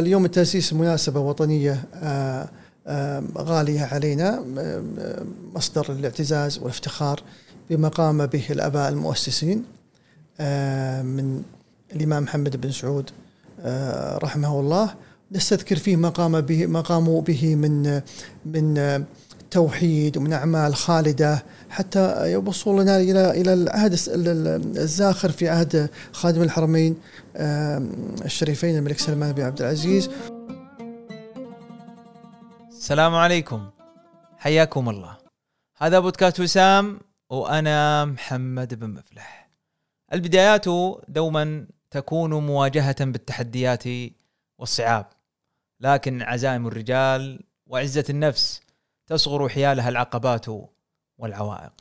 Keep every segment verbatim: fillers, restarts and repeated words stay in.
اليوم التأسيس مناسبة وطنية غالية علينا، مصدر الاعتزاز والافتخار بما قام به الآباء المؤسسين من الإمام محمد بن سعود رحمه الله. نستذكر فيه ما قام به ما قاموا به من من توحيد ومن أعمال خالدة حتى يوصل لنا إلى إلى العهد الزاخر في عهد خادم الحرمين الشريفين الملك سلمان بن عبد العزيز. السلام عليكم، حياكم الله. هذا بودكاست وسام وأنا محمد بن مفلح. البدايات دوما تكون مواجهة بالتحديات والصعاب، لكن عزائم الرجال وعزة النفس تصغر حيالها العقبات والعوائق.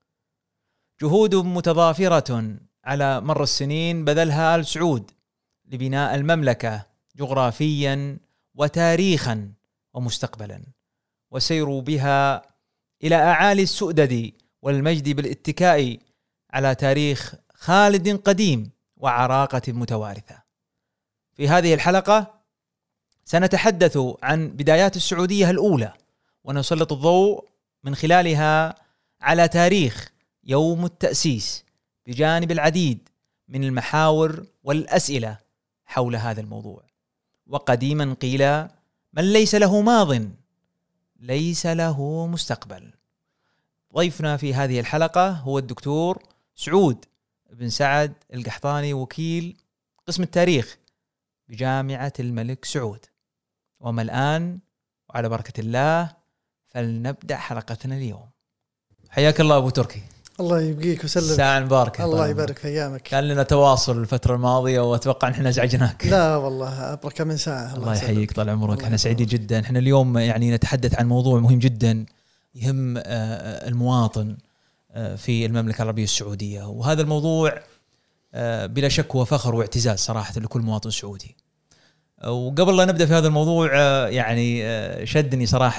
جهود متضافرة على مر السنين بذلها آل سعود لبناء المملكة جغرافيا وتاريخا ومستقبلا، وسيروا بها إلى أعالي السؤدد والمجد بالاتكاء على تاريخ خالد قديم وعراقة متوارثة. في هذه الحلقة سنتحدث عن بدايات السعودية الأولى، ونسلط الضوء من خلالها على تاريخ يوم التأسيس بجانب العديد من المحاور والأسئلة حول هذا الموضوع. وقديما قيل: من ليس له ماض ليس له مستقبل. ضيفنا في هذه الحلقة هو الدكتور سعود بن سعد القحطاني، وكيل قسم التاريخ بجامعة الملك سعود. وما الآن وعلى بركة الله فلنبدأ حلقتنا اليوم. حياك الله أبو تركي. الله يبقيك وسلم. ساعة مباركة. الله يبارك في أيامك. كان لنا تواصل الفترة الماضية وأتوقع أن احنا زعجناك. لا والله أبرك من ساعة. الله, الله يحييك، طال عمرك. احنا سعيدين جدا. احنا اليوم يعني نتحدث عن موضوع مهم جدا يهم المواطن في المملكة العربية السعودية، وهذا الموضوع بلا شك هو فخر واعتزاز صراحة لكل مواطن سعودي. وقبل لا نبدأ في هذا الموضوع يعني شدني صراحة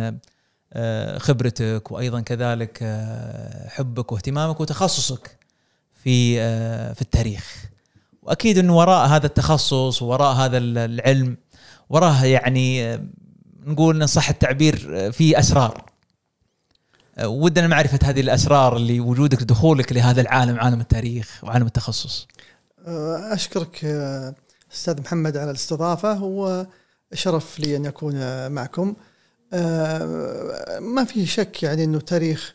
خبرتك، وأيضا كذلك حبك واهتمامك وتخصصك في في التاريخ. وأكيد أنه وراء هذا التخصص وراء هذا العلم وراه يعني نقول إن صح التعبير فيه أسرار. ودنا معرفة هذه الأسرار اللي وجودك دخولك لهذا العالم، عالم التاريخ وعالم التخصص. أشكرك أستاذ محمد على الاستضافة، هو شرف لي أن أكون معكم. ما في شك يعني أنه التاريخ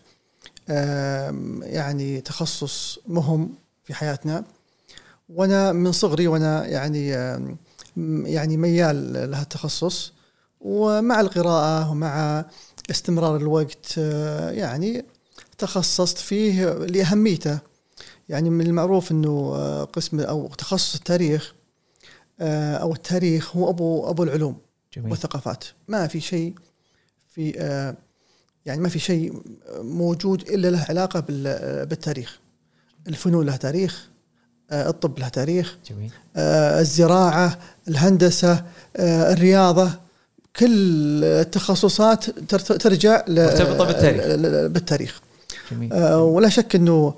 يعني تخصص مهم في حياتنا، وأنا من صغري وأنا يعني يعني ميال لها التخصص، ومع القراءة ومع استمرار الوقت يعني تخصصت فيه لأهميته. يعني من المعروف أنه قسم أو تخصص التاريخ أو التاريخ هو أبو أبو العلوم. جميل. والثقافات. ما في شيء في يعني ما في شيء موجود إلا له علاقة بالتاريخ. الفنون لها تاريخ، الطب لها تاريخ. جميل. الزراعة، الهندسة، الرياضة، كل التخصصات ترجع مرتبطة بالتاريخ. بالتاريخ. جميل. ولا شك أنه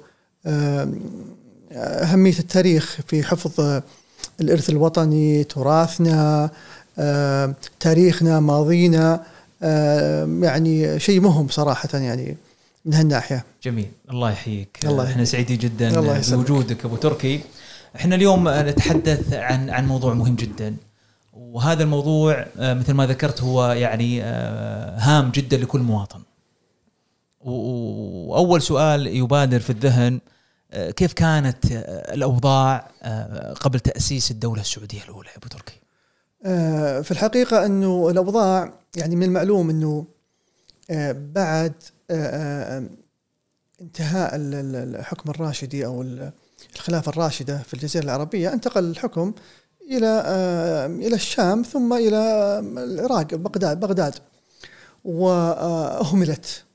أهمية التاريخ في حفظ الإرث الوطني، تراثنا، تاريخنا، ماضينا، يعني شيء مهم صراحة يعني من هالناحية. جميل. الله يحييك. الله احنا سعيدين جدا بوجودك أبو تركي. احنا اليوم نتحدث عن عن موضوع مهم جدا، وهذا الموضوع مثل ما ذكرت هو يعني هام جدا لكل مواطن. وأول سؤال يبادر في الذهن: كيف كانت الأوضاع قبل تأسيس الدولة السعودية الأولى يا أبو تركي؟ في الحقيقة أنه الأوضاع يعني من المعلوم أنه بعد انتهاء الحكم الراشدي أو الخلافة الراشدة في الجزيرة العربية، انتقل الحكم إلى إلى الشام ثم إلى العراق، بغداد بغداد وأهملت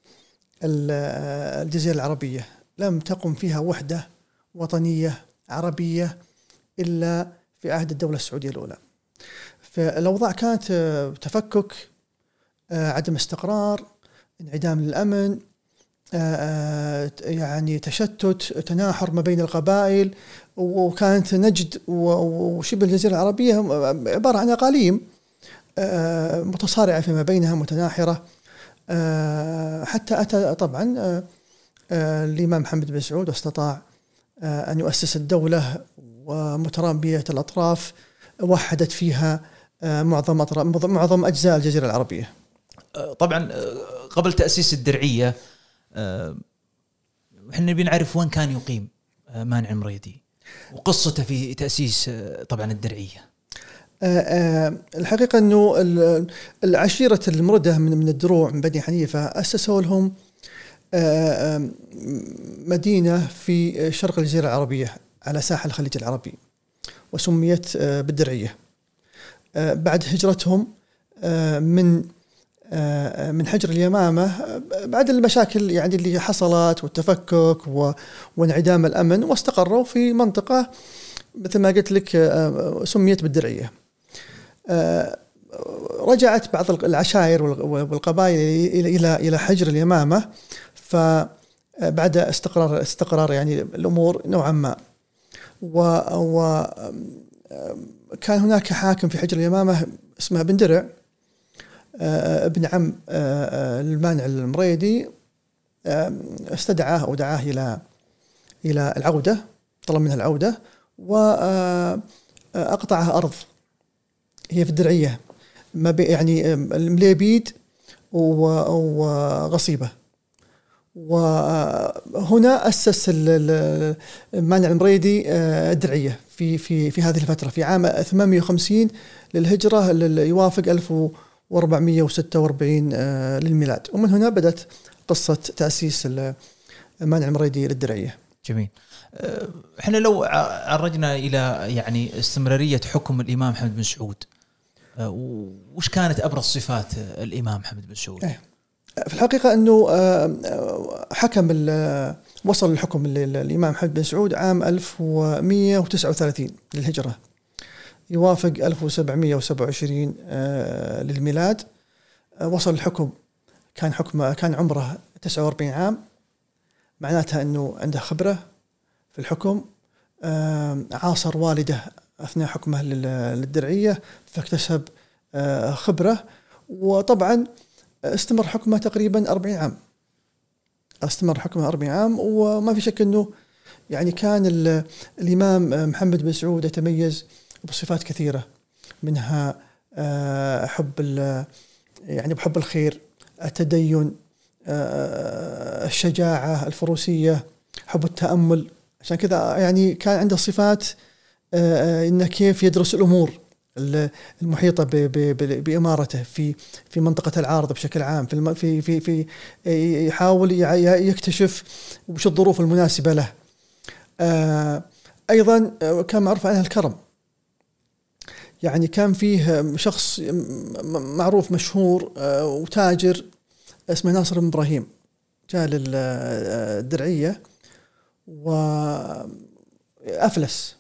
الجزيرة العربية. لم تقم فيها وحدة وطنية عربية إلا في عهد الدولة السعودية الأولى. فالأوضاع كانت تفكك، عدم استقرار، انعدام للأمن، يعني تشتت تناحر ما بين القبائل، وكانت نجد وشبه الجزيرة العربية عبارة عن أقاليم متصارعة فيما بينها متناحرة، حتى أتى طبعا الإمام محمد بن سعود واستطاع أن يؤسس الدولة ومترامية الأطراف وحدت فيها معظم معظم أجزاء الجزيرة العربية. طبعا قبل تأسيس الدرعية احنا بنعرف وين كان يقيم مانع المريدي وقصته في تأسيس طبعا الدرعية. الحقيقة أنه العشيرة المردة من من الدروع من بني حنيفة أسسوا لهم مدينة في شرق الجزيرة العربية على ساحل الخليج العربي وسميت بالدرعية بعد هجرتهم من من حجر اليمامة بعد المشاكل يعني اللي حصلت والتفكك وانعدام الأمن، واستقروا في منطقة مثل ما قلت لك سميت بالدرعية. رجعت بعض العشائر والقبائل إلى إلى حجر اليمامة، فبعد استقرار استقرار يعني الأمور نوعا ما، وكان هناك حاكم في حجر اليمامة اسمه بن درع ابن عم المانع المريدي، استدعاه أو دعاه إلى إلى العودة، طلب منها العودة، وأقطعها أرض هي في الدرعية ما بي يعني المليبيد وغصيبة. وهنا أسس المانع المريدي الدرعية في في في هذه الفترة في عام ثمانمائة وخمسين للهجرة، يوافق ألف وأربعمائة وستة وأربعين للميلاد، ومن هنا بدأت قصة تأسيس المانع المريدي للدرعية. جميل. احنا لو عرجنا إلى يعني استمرارية حكم الإمام محمد بن سعود، وش كانت أبرز صفات الإمام محمد بن سعود؟ في الحقيقة أنه حكم وصل الحكم للإمام محمد بن سعود عام ألف ومائة وتسعة وثلاثين للهجرة، يوافق ألف وسبعمائة وسبعة وعشرين للميلاد. وصل الحكم كان حكم كان عمره تسعة وأربعين عام، معناتها أنه عنده خبرة في الحكم. عاصر والده أثناء حكمه للدرعية فاكتسب خبرة، وطبعا استمر حكمه تقريبا أربعين عام استمر حكمه أربعين عام. وما في شك أنه يعني كان الإمام محمد بن سعود يتميز بصفات كثيرة، منها حب يعني بحب الخير، التدين، الشجاعة، الفروسية، حب التأمل. عشان كذا يعني كان عنده صفات إنه كيف يدرس الأمور المحيطة بإمارته في في منطقة العارضة بشكل عام، في في في في يحاول يكتشف وش الظروف المناسبة له. أيضا كان معروف عنه الكرم، يعني كان فيه شخص معروف مشهور وتاجر اسمه ناصر بن إبراهيم، جاء للدرعية وأفلس،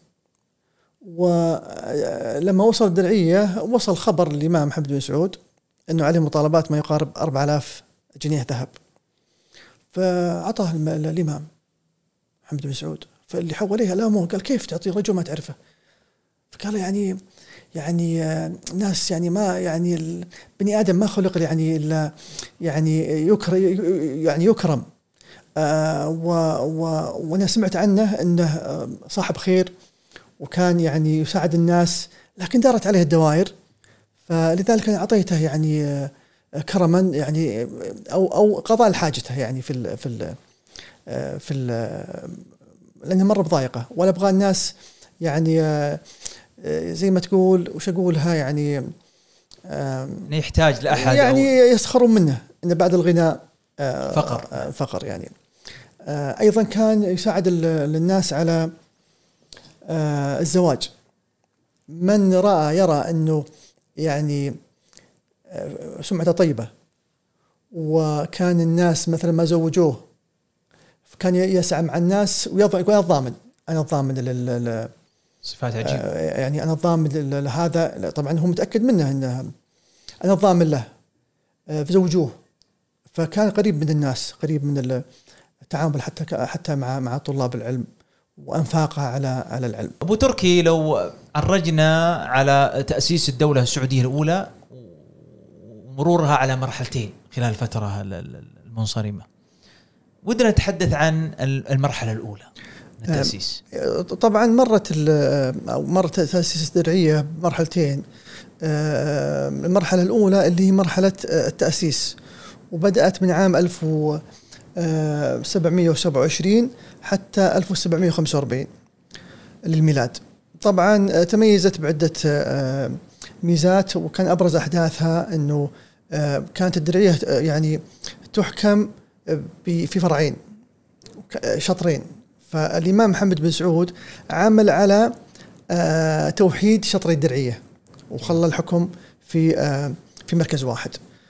ولما وصل الدرعية وصل خبر الإمام محمد بن سعود أنه عليه مطالبات ما يقارب أربعة آلاف جنيه ذهب، فعطاه الإمام محمد بن سعود. فاللي حوليه لامه قال كيف تعطي رجل ما تعرفه؟ فقال يعني يعني ناس يعني ما يعني البني آدم ما خلق يعني إلا يعني يكرم يعني يكرم آه وأنا سمعت عنه أنه صاحب خير وكان يعني يساعد الناس، لكن دارت عليه الدوائر، فلذلك أنا أعطيته يعني كرما يعني أو أو قضاء حاجته يعني في ال في ال في ال لأنه مرة بضايقة، ولا أبغى الناس يعني زي ما تقول وش أقولها يعني يحتاج لأحد يعني يسخرون منه إن بعد الغناء فقر فقر يعني. أيضا كان يساعد الناس على الزواج، من رأى يرى أنه يعني سمعته طيبة وكان الناس مثلا ما زوجوه كان يسعى مع الناس ويضع يقول أنا الضامن أنا الضامن لل صفات عجيبة يعني أنا الضامن لهذا، طبعا هو متأكد منه أنه أنا الضامن له، فزوجوه فكان قريب من الناس، قريب من التعامل حتى حتى مع مع طلاب العلم وأنفاقها على على العلم. أبو تركي، لو عرجنا على تأسيس الدولة السعودية الأولى ومرورها على مرحلتين خلال الفترة المنصرمة، ودنا نتحدث عن المرحلة الأولى من التأسيس. طبعا مرت أو مرت تأسيس الدرعية بمرحلتين. المرحلة الأولى اللي هي مرحلة التأسيس، وبدأت من عام ألف وسبعمائة وسبعة وعشرين حتى ألف وسبعمائة وخمسة وأربعين للميلاد. طبعا تميزت بعدة ميزات، وكان أبرز أحداثها أنه كانت الدرعية يعني تحكم في فرعين شطرين. فالإمام محمد بن سعود عمل على توحيد شطري الدرعية وخلى الحكم في في مركز واحد.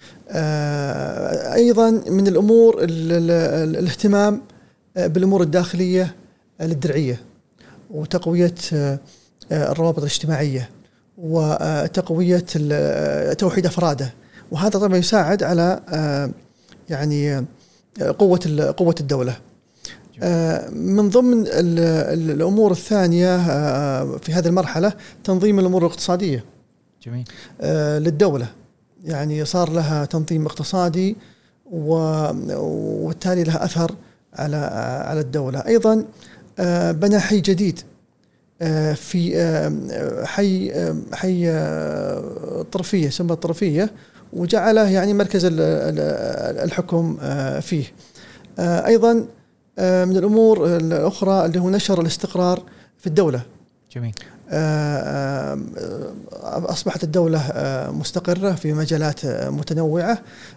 أيضا من الأمور الاهتمام بالأمور الداخلية للدرعية وتقوية الروابط الاجتماعية وتقوية توحيد أفراده، وهذا طبعا يساعد على يعني قوة قوة الدولة. من ضمن الأمور الثانية في هذه المرحلة تنظيم الأمور الاقتصادية. جميل. للدولة، يعني صار لها تنظيم اقتصادي وبالتالي لها أثر على على الدولة. أيضا بنى حي جديد في حي حي الطرفية، سمى الطرفية، وجعله يعني مركز الحكم فيه. أيضا من الأمور الأخرى اللي هو نشر الاستقرار في الدولة. جميل. أصبحت الدولة مستقرة في مجالات متنوعة،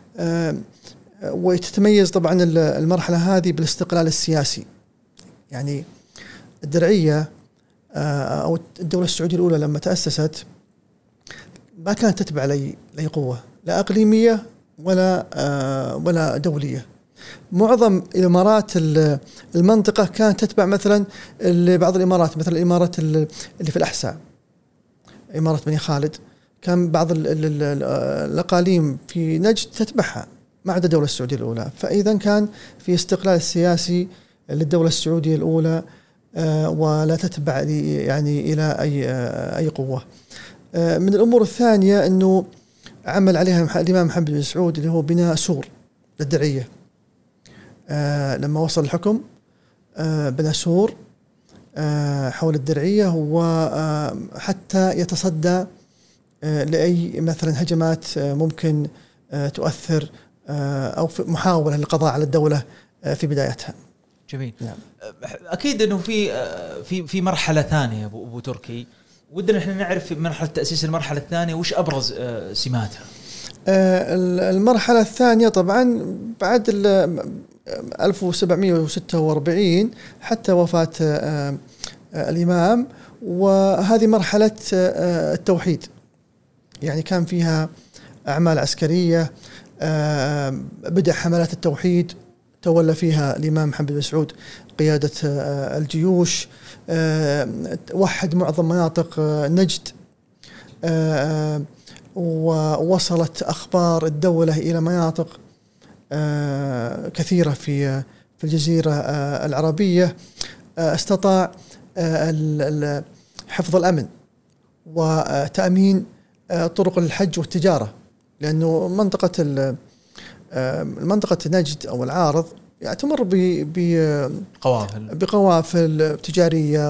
وتتميز طبعا المرحلة هذه بالاستقلال السياسي. يعني الدرعية أو الدولة السعودية الأولى لما تأسست ما كانت تتبع لأي لأي قوة، لا إقليمية ولا ولا دولية. معظم الإمارات المنطقة كانت تتبع مثلا بعض الإمارات، مثل الإمارة اللي في الأحساء، إمارة بني خالد، كان بعض الأقاليم في نجد تتبعها ما عدا الدولة السعودية الأولى. فإذا كان في استقلال سياسي للدولة السعودية الأولى ولا تتبع يعني إلى أي أي قوة. من الأمور الثانية أنه عمل عليها الإمام محمد بن سعود اللي هو بناء سور للدرعية. آه لما وصل الحكم آه بنى سور آه حول الدرعية، وحتى يتصدى آه لأي مثلا هجمات آه ممكن آه تؤثر آه أو في محاولة للقضاء على الدولة آه في بدايتها. جميل. نعم. أكيد أنه في في في مرحلة ثانية أبو, أبو تركي، ودنا إحنا نعرف في مرحلة تأسيس المرحلة الثانية وش أبرز آه سماتها. المرحلة الثانية طبعا بعد ألف وسبعمائة وستة وأربعين حتى وفاة الإمام، وهذه مرحلة التوحيد. يعني كان فيها أعمال عسكرية، بدأ حملات التوحيد تولى فيها الإمام محمد بن سعود قيادة الجيوش، وحد معظم مناطق نجد، ووصلت أخبار الدولة إلى مناطق كثيرة في في الجزيرة العربية. استطاع حفظ الأمن وتأمين طرق الحج والتجارة، لأنه منطقة المنطقة نجد أو العارض يعني تمر بقوافل بقوافل تجارية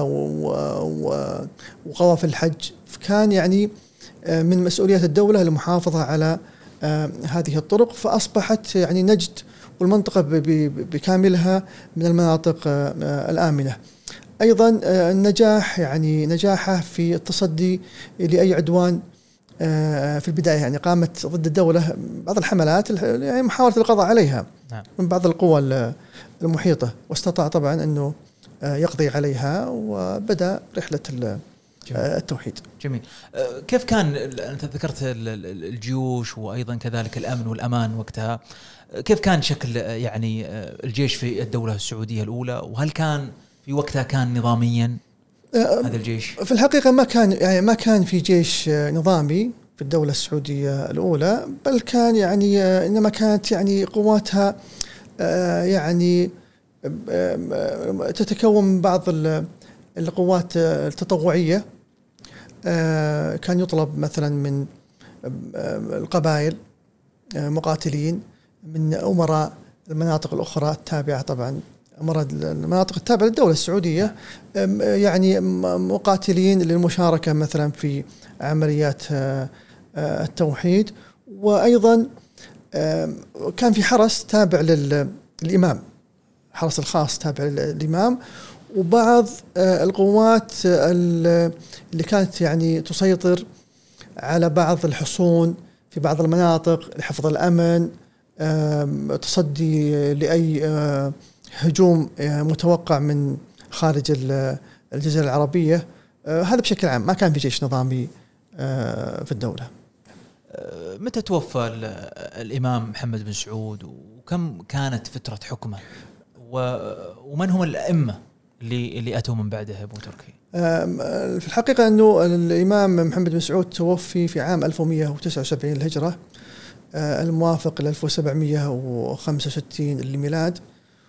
وقوافل الحج. كان يعني من مسؤوليات الدولة المحافظة على هذه الطرق، فأصبحت يعني نجد والمنطقة بكاملها من المناطق الآمنة. أيضا النجاح يعني نجاحه في التصدي لأي عدوان في البداية، يعني قامت ضد الدولة بعض الحملات يعني محاولة القضاء عليها من بعض القوى المحيطة، واستطاع طبعا أنه يقضي عليها وبدأ رحلة جميل. التوحيد. جميل. كيف كان، أنت ذكرت الجيوش وأيضا كذلك الأمن والأمان وقتها، كيف كان شكل يعني الجيش في الدولة السعودية الأولى، وهل كان في وقتها كان نظاميا هذا الجيش؟ في الحقيقة ما كان يعني ما كان في جيش نظامي، في الدولة السعودية الأولى، بل كان يعني إنما كانت يعني قواتها يعني تتكون من بعض القوات التطوعية. كان يطلب مثلا من القبائل مقاتلين، من أمراء المناطق الأخرى التابعة، طبعا أمراء المناطق التابعة للدولة السعودية، يعني مقاتلين للمشاركة مثلا في عمليات التوحيد. وأيضا كان في حرس تابع للإمام، حرس الخاص تابع للإمام، وبعض القوات اللي كانت يعني تسيطر على بعض الحصون في بعض المناطق لحفظ الأمن، تصدي لأي هجوم متوقع من خارج الجزيرة العربية. هذا بشكل عام. ما كان في جيش نظامي في الدولة. متى توفى الإمام محمد بن سعود، وكم كانت فترة حكمه، ومن هم الأئمة اللي اللي أتوا من بعده أبو تركي؟ في الحقيقة أنه الإمام محمد بن سعود توفي في عام ألف ومئة وتسعة وسبعين للهجرة، الموافق ل ألف وسبعمئة وخمسة وستين للميلاد،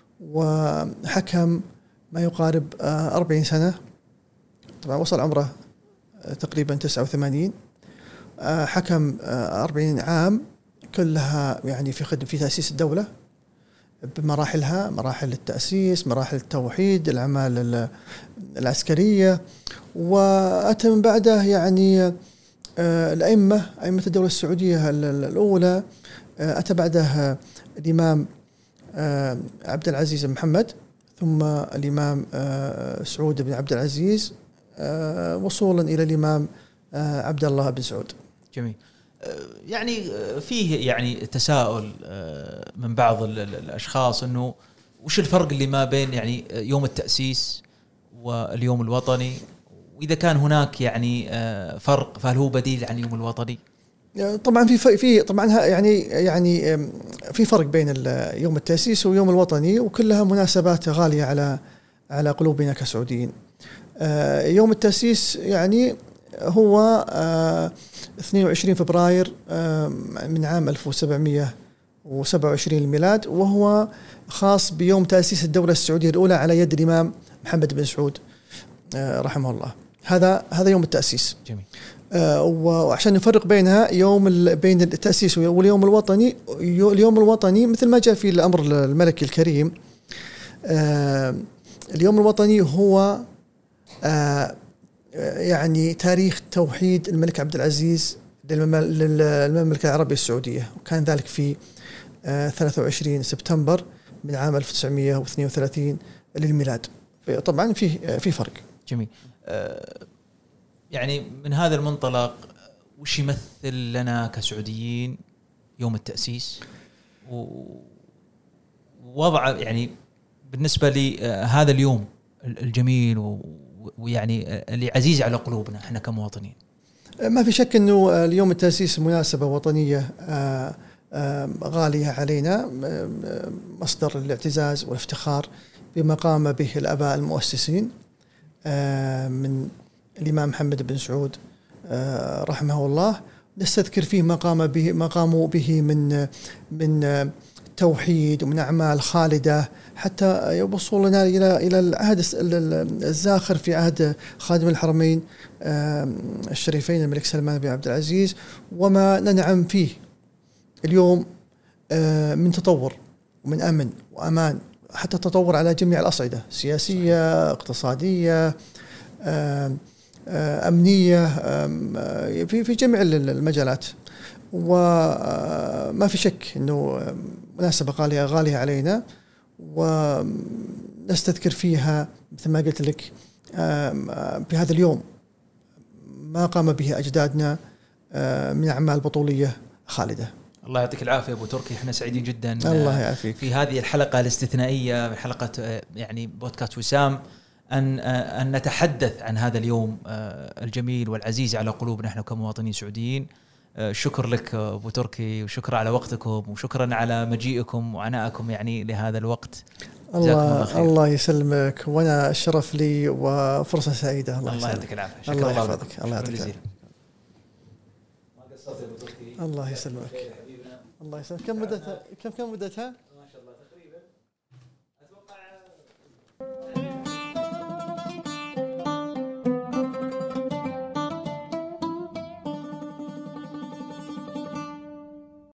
وحكم ما يقارب أربعين سنة. طبعا وصل عمره تقريبا تسعة وثمانين. حكم أربعين عام كلها يعني في خدمة في تأسيس الدولة بمراحلها، مراحل التأسيس، مراحل التوحيد، الأعمال العسكرية. وأتى من بعده يعني الأئمة، أئمة الدولة السعودية الأولى. أتى بعده الإمام عبد العزيز بن محمد، ثم الإمام سعود بن عبد العزيز، وصولا إلى الإمام عبد الله بن سعود. جميل. يعني فيه يعني تساؤل من بعض الأشخاص إنه وش الفرق اللي ما بين يعني يوم التأسيس واليوم الوطني، وإذا كان هناك يعني فرق فهل هو بديل عن اليوم الوطني؟ طبعا في في طبعا يعني يعني في فرق بين يوم التأسيس ويوم الوطني، وكلها مناسبات غالية على على قلوبنا كسعوديين. يوم التأسيس يعني هو اثنين وعشرين فبراير من عام ألف وسبعمئة وسبعة وعشرين الميلاد، وهو خاص بيوم تأسيس الدولة السعودية الأولى على يد الإمام محمد بن سعود رحمه الله. هذا هذا يوم التأسيس. جميل. وعشان نفرق بينها يوم بين التأسيس واليوم الوطني، اليوم الوطني مثل ما جاء في الأمر الملكي الكريم، اليوم الوطني هو يعني تاريخ توحيد الملك عبد العزيز للمملكة العربية السعودية، وكان ذلك في ثلاثة وعشرين سبتمبر من عام ألف وتسعمئة واثنين وثلاثين للميلاد. طبعا في في فرق. جميل. يعني من هذا المنطلق وش يمثل لنا كسعوديين يوم التأسيس، ووضع يعني بالنسبة لي هذا اليوم الجميل ويعني اللي عزيز على قلوبنا احنا كمواطنين؟ ما في شك انه اليوم التأسيس مناسبة وطنية غالية علينا، مصدر الاعتزاز والافتخار بما قام به الآباء المؤسسين من الإمام محمد بن سعود رحمه الله. نستذكر فيه ما قام به ما قاموا به من من توحيد ومن أعمال خالدة، حتى يوصل لنا إلى إلى العهد الزاخر في عهد خادم الحرمين الشريفين الملك سلمان بن عبد العزيز، وما ننعم فيه اليوم من تطور ومن أمن وأمان، حتى تطور على جميع الأصعدة، سياسية، اقتصادية، أمنية، في في جميع المجالات. وما في شك أنه مناسبة غالية غالية علينا، ونستذكر فيها مثل ما قلت لك في هذا اليوم ما قام به أجدادنا من أعمال بطولية خالدة. الله يعطيك العافية أبو تركي، احنا سعيدين جدا الله يعافيك في هذه الحلقة الاستثنائية، حلقة يعني بودكاست وسام، أن أن نتحدث عن هذا اليوم الجميل والعزيز على قلوبنا احنا كمواطنين سعوديين. شكر لك أبو تركي، وشكرا على وقتكم، وشكرا على مجيئكم وعنائكم يعني لهذا الوقت. الله الله يسلمك، وانا الشرف لي وفرصة سعيدة. الله, الله يعطيك العافية. شكرا الله يحفظك. الله يعطيك العافية. الله يسلمك. الله يسلمك. كم مدتها؟ كم كم مدتها؟